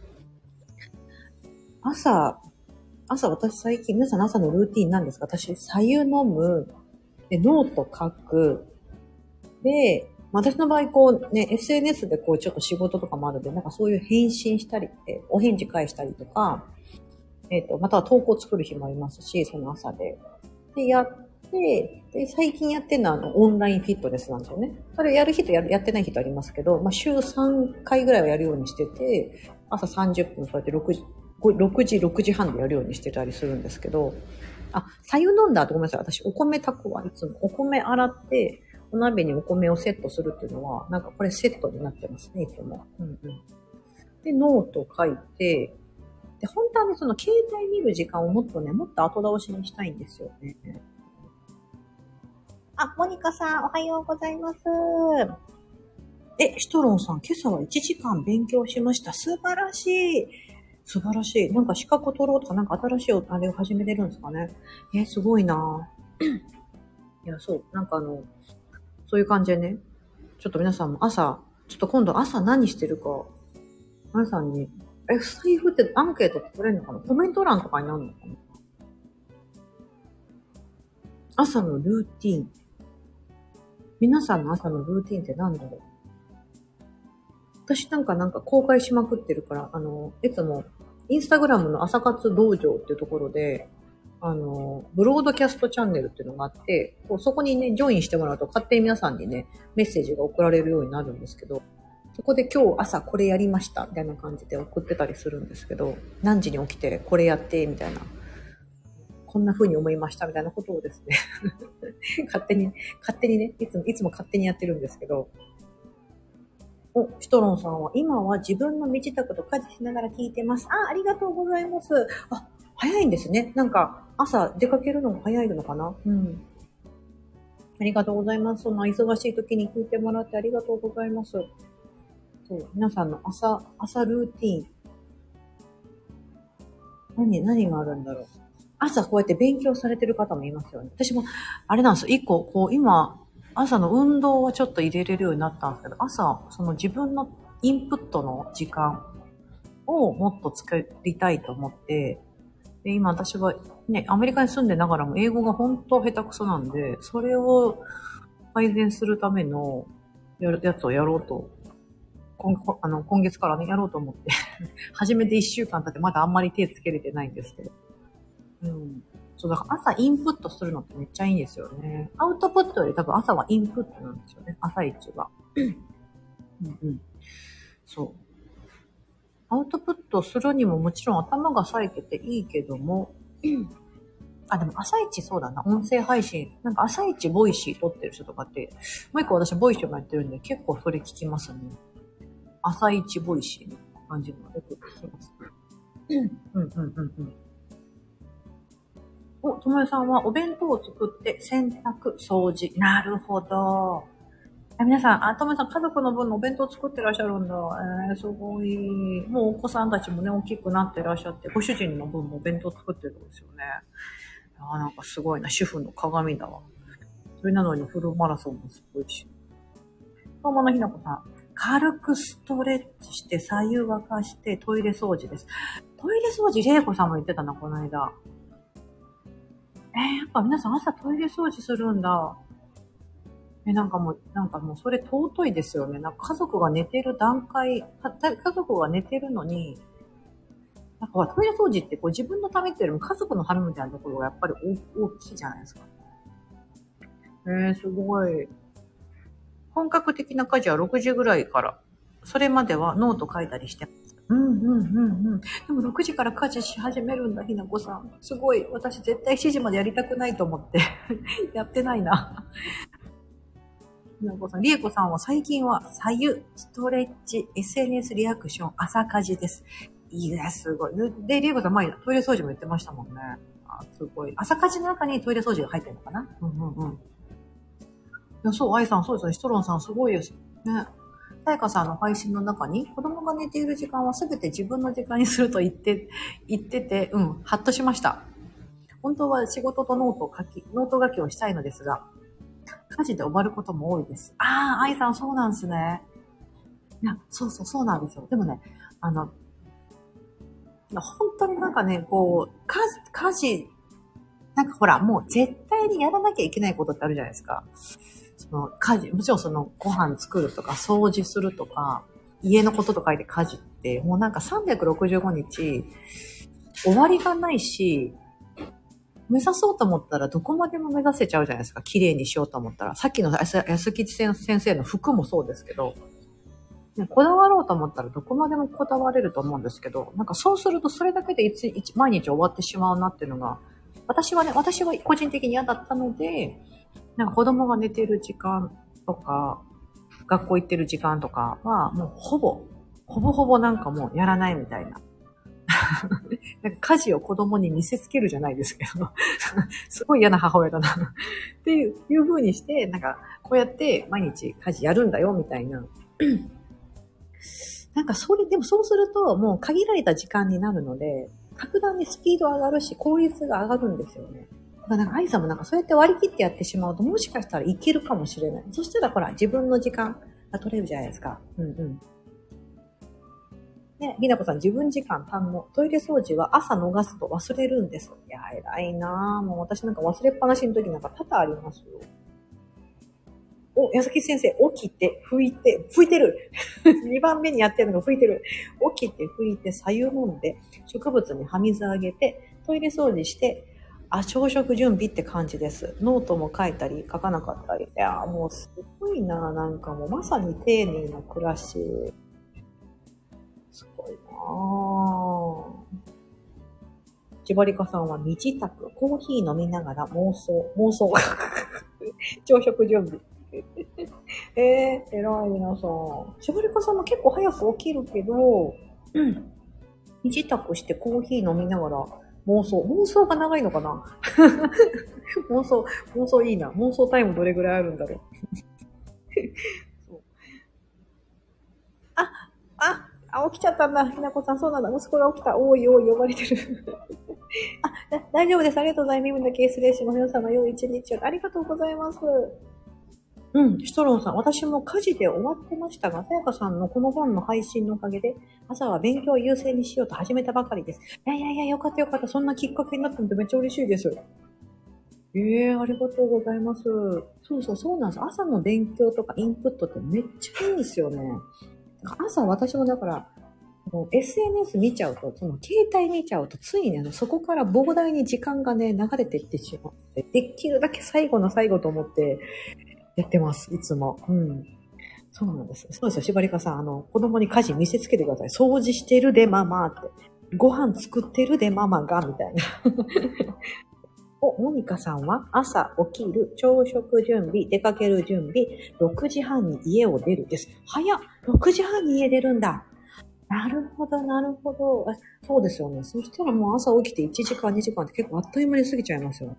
朝、私最近、皆さん朝のルーティンなんですか？私、白湯飲む。で、ノート書く。で、私の場合、SNS でちょっと仕事とかもあるんで、なんかそういう返信したりって、お返事返したりとか、または投稿作る日もありますし、その朝で。で、やって、で、最近やってるのはオンラインフィットネスなんですよね。それやる人やってない人ありますけど、週3回ぐらいはやるようにしてて、朝30分そうやって6時半でやるようにしてたりするんですけど、白湯飲んだ後ごめんなさい。私、お米炊くわ。いつもお米洗って、お鍋にお米をセットするっていうのは、なんかこれセットになってますね、いつも。で、ノート書いて、で、本当はね、その携帯見る時間をもっと後倒しにしたいんですよね。モニカさん、おはようございます。シトロンさん、今朝は1時間勉強しました。素晴らしい。なんか資格取ろうとか、なんか新しいあれを始めてるんですかね。すごいないや、そう。なんかそういう感じでね。ちょっと皆さんも今度朝何してるか、皆さんに、財布ってアンケート取れるのかな？コメント欄とかになるのかな？朝のルーティン。皆さんの朝のルーティンって何だろう？私なんか公開しまくってるから、いつも、インスタグラムの朝活道場っていうところで、ブロードキャストチャンネルっていうのがあって、そこにね、ジョインしてもらうと勝手に皆さんにね、メッセージが送られるようになるんですけど、そこで今日朝これやりました、みたいな感じで送ってたりするんですけど、何時に起きてこれやって、みたいな。 こんな風に思いましたみたいなことをですね、勝手にね、いつも勝手にやってるんですけど、シトロンさんは、今は自分の身支度と家事しながら聞いてます。ありがとうございます。早いんですね。なんか、朝出かけるのが早いのかな。うん。ありがとうございます。そんな忙しい時に聞いてもらってありがとうございます。そう、皆さんの朝ルーティーン。何があるんだろう。朝こうやって勉強されてる方もいますよね。私も、あれなんですよ。一個、今、朝の運動はちょっと入れれるようになったんですけど、朝、その自分のインプットの時間をもっと作りたいと思って、で、今私はね、アメリカに住んでながらも英語が本当下手くそなんで、それを改善するためのやつをやろうと、今月からね、やろうと思って、初めて1週間経ってまだあんまり手つけれてないんですけど。うん。そう、だから朝インプットするのってめっちゃいいんですよね。アウトプットより多分朝はインプットなんですよね。朝一は。うんうん。そう。アウトプットするにももちろん頭が冴えてていいけども、でも朝一そうだな、音声配信。なんか朝一ボイシー撮ってる人とかって、もう一個私ボイシーもやってるんで結構それ聞きますね。朝一ボイシーの感じのよく聞きますね。ともえさんはお弁当を作って洗濯、掃除。なるほど。皆さん、ともえさん家族の分のお弁当を作ってらっしゃるんだ。すごい。もうお子さんたちもね、大きくなってらっしゃって、ご主人の分もお弁当作ってるんですよね。なんかすごいな。主婦の鏡だわ。それなのにフルマラソンもすごいし。とものひなこさん。軽くストレッチして左右沸かしてトイレ掃除です。トイレ掃除、れいこさんも言ってたな、この間。やっぱ皆さん朝トイレ掃除するんだ。なんかもうそれ尊いですよね。なんか家族が寝てる段階、家族が寝てるのに、なんかトイレ掃除ってこう自分のためっていうよりも家族のためみたいなところがやっぱり大きいじゃないですか。すごい。本格的な家事は6時ぐらいから、それまではノート書いたりしてます。でも6時から家事し始めるんだ、ひなこさん。すごい。私絶対7時までやりたくないと思ってやってないな。ひなこさん、りえこさんは最近は左右、ストレッチ、SNS リアクション、朝家事です。いや、すごい。で、りえこさん前トイレ掃除も言ってましたもんね。すごい。朝家事の中にトイレ掃除が入ってるのかな。いや、そう、愛さん、そうですね。シトロンさん、すごいですね。さやかさんの配信の中に、子供が寝ている時間はすべて自分の時間にすると言ってて、ハッとしました。本当は仕事とノート書きをしたいのですが、家事で終わることも多いです。愛さん、そうなんですね。いや、そうなんですよ。でもね、本当になんかね、こう、家事、なんかほら、もう絶対にやらなきゃいけないことってあるじゃないですか。家事、もちろんご飯作るとか、掃除するとか、家のことと書いて家事って、もうなんか365日、終わりがないし、目指そうと思ったらどこまでも目指せちゃうじゃないですか。綺麗にしようと思ったら。さっきの安吉先生の服もそうですけど、こだわろうと思ったらどこまでもこだわれると思うんですけど、なんかそうするとそれだけで毎日終わってしまうなっていうのが、私は個人的に嫌だったので、なんか子供が寝てる時間とか、学校行ってる時間とかは、もうほぼなんかもうやらないみたいな。なんか家事を子供に見せつけるじゃないですけど、すごい嫌な母親だな。っていう風にして、なんかこうやって毎日家事やるんだよみたいな。なんかでもそうするともう限られた時間になるので、格段にスピード上がるし、効率が上がるんですよね。なんか愛さんもなんかそうやって割り切ってやってしまうと、もしかしたらいけるかもしれない。そしたらほら、自分の時間が取れるじゃないですか。ね、ひなこさん、自分時間堪能。トイレ掃除は朝逃すと忘れるんです。いや、偉いなぁ。もう私なんか忘れっぱなしの時なんか多々ありますよ。矢崎先生、起きて、拭いてる。2番目にやってるのが拭いてる。起きて、拭いて、左右飲んで、植物に葉水あげて、トイレ掃除して、朝食準備って感じです。ノートも書いたり、書かなかったり。いやーもうすごいなぁ。なんかもうまさに丁寧な暮らし。すごいなぁ。 しばりかさんは身支度、コーヒー飲みながら妄想。朝食準備。偉い皆さん。しばりかさんも結構早く起きるけど、身支度してコーヒー飲みながら妄想が長いのかな妄想いいな。妄想タイムどれぐらいあるんだろう。起きちゃったんだ。ひなこさん、そうなんだ。息子が起きた。おい、呼ばれてる。大丈夫です。ありがとうございます。耳だけ失礼します。皆様、良い一日を。ありがとうございます。シトロンさん、私も家事で終わってましたが、さやかさんのこの本の配信のおかげで、朝は勉強を優先にしようと始めたばかりです。いや、よかった。そんなきっかけになったのでめっちゃ嬉しいです。ありがとうございます。そうなんです。朝の勉強とかインプットってめっちゃいいんですよね。朝私もだから、SNS 見ちゃうと、その携帯見ちゃうと、ついにそこから膨大に時間がね、流れていってしまって、できるだけ最後の最後と思ってやってます、いつも。そうなんです。そうですよ、しばりかさん、子供に家事見せつけてください。掃除してるでママって。ご飯作ってるでママが、みたいな。モニカさんは朝起きる、朝食準備、出かける準備、6時半に家を出るです。早っ !6 時半に家出るんだ。なるほど。そうですよね。そしたらもう朝起きて1時間、2時間って結構あっという間に過ぎちゃいますよ。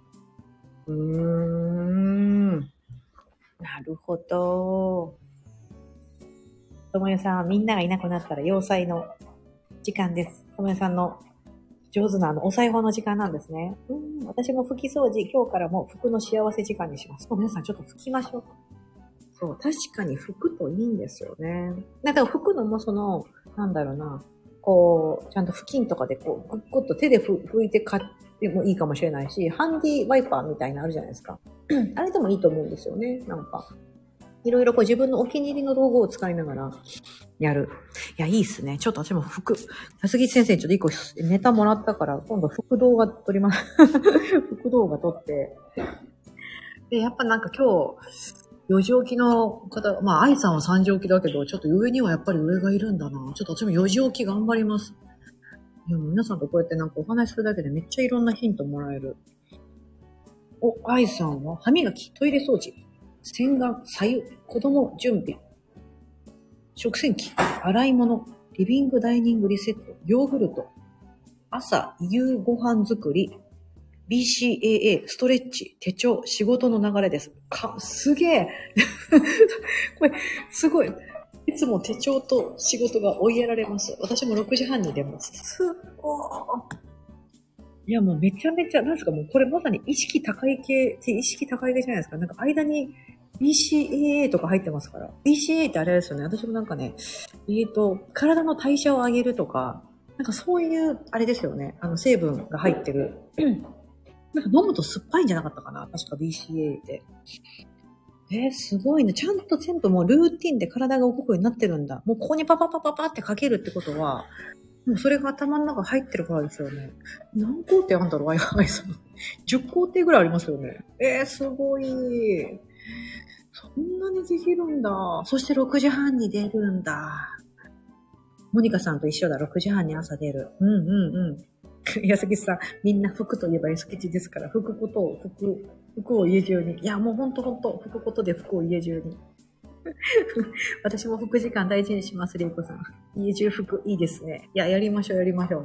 なるほど。ともやさん、みんながいなくなったら要塞の時間です。ともやさんの上手なお裁縫の時間なんですね。私も拭き掃除、今日からも拭くの幸せ時間にします。皆さんちょっと拭きましょう。そう、確かに拭くといいんですよね。だから拭くのもなんだろうな、ちゃんと布巾とかでグッグッと手で拭いて買ってもいいかもしれないし、ハンディワイパーみたいなのあるじゃないですか。あれでもいいと思うんですよね。なんか、いろいろ自分のお気に入りの道具を使いながらやる。いや、いいっすね。ちょっと私も安木先生にちょっと一個ネタもらったから、今度副動画撮ります。副動画撮って。で、やっぱなんか今日、4時起きの方、愛さんは3時起きだけど、ちょっと上にはやっぱり上がいるんだな。ちょっと私も4時起き頑張ります。いや、皆さんとこうやってなんかお話しするだけでめっちゃいろんなヒントもらえる。愛さんは歯磨き、トイレ掃除、洗顔、白湯、子供準備、食洗機、洗い物、リビングダイニングリセット、ヨーグルト、朝、夕ご飯作り、BCAA、ストレッチ、手帳、仕事の流れです。すげえこれ、すごい。いつも手帳と仕事が追いやられます。私も6時半に出ます。いや、もうめちゃめちゃ、なんですか、もうこれまさに意識高い系じゃないですか。なんか間に BCAA とか入ってますから。BCAA ってあれですよね。私もなんかね、体の代謝を上げるとか、なんかそういう、あれですよね。成分が入ってる。なんか飲むと酸っぱいんじゃなかったかな。確か BCAA って。すごいね。ちゃんと全部もうルーティンで体が動くようになってるんだ。もうここにパパってかけるってことは、もうそれが頭の中入ってるからですよね。何工程あるんだろう、愛さん。10工程ぐらいありますよね。すごい。そんなにできるんだ。そして6時半に出るんだ。モニカさんと一緒だ。6時半に朝出る。安吉さん、みんな服といえば安吉ですから、服を家中に。いや、もうほんと、服ことで服を家中に。私も服時間大事にします、れいこさん。家中服いいですね。いや、やりましょう。ちょっ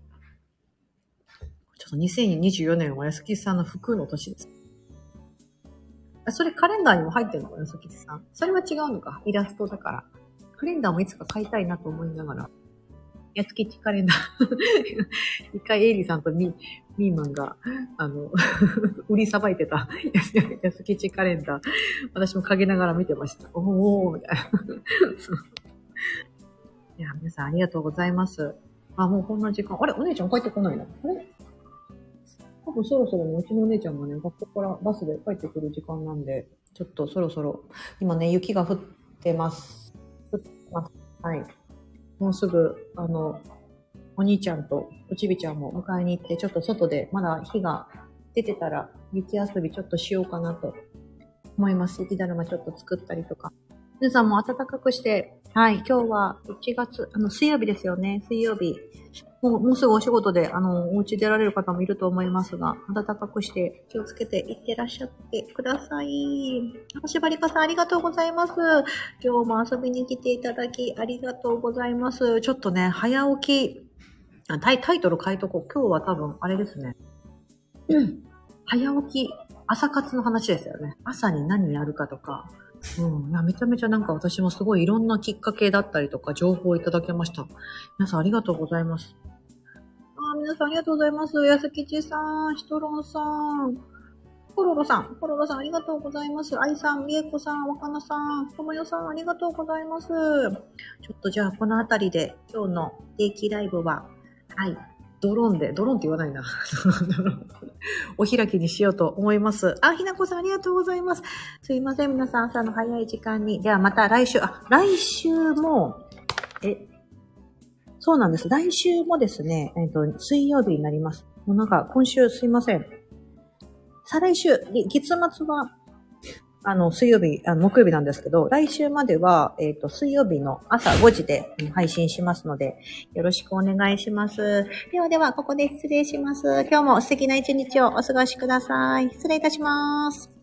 と2024年は安吉さんの服の年です。それカレンダーにも入ってるのかな、安吉さん。それは違うのか。イラストだから。カレンダーもいつか買いたいなと思いながら。安吉カレンダー。一回エイリさんとミーマンが、売りさばいてた安吉カレンダー。私も陰ながら見てました。おー、みたいな。いや、皆さんありがとうございます。もうこんな時間。あれ、お姉ちゃん帰ってこないの？あれ？多分そろそろうちのお姉ちゃんがね、学校からバスで帰ってくる時間なんで、ちょっとそろそろ、今ね、雪が降ってます。はい。もうすぐ、お兄ちゃんとおちびちゃんも迎えに行って、ちょっと外でまだ日が出てたら雪遊びちょっとしようかなと思います。雪だるまちょっと作ったりとか。 皆さんも暖かくして、はい、今日は1月、水曜日ですよね、水曜日。もうすぐお仕事で、お家出られる方もいると思いますが、暖かくして気をつけていってらっしゃってください。しばりかさんありがとうございます。今日も遊びに来ていただきありがとうございます。ちょっとね、早起き、タイトル変えとこう。今日は多分、あれですね。早起き、朝活の話ですよね。朝に何やるかとか。いやめちゃめちゃなんか私もすごいいろんなきっかけだったりとか情報をいただけました。皆さんありがとうございます。皆さんありがとうございます。安吉さん、シトロンさん、コロロさんありがとうございます。愛さん、みえこさん、若菜さん、ともよさんありがとうございます。ちょっとじゃあこのあたりで今日の定期ライブは、はい、ドローンって言わないな。お開きにしようと思います。ひなこさんありがとうございます。すいません、皆さん朝の早い時間に。ではまた来週も、そうなんです。来週もですね、水曜日になります。もうなんか今週すいません。再来週、月末は、水曜日、木曜日なんですけど、来週までは、水曜日の朝5時で配信しますので、よろしくお願いします。では、ここで失礼します。今日も素敵な一日をお過ごしください。失礼いたします。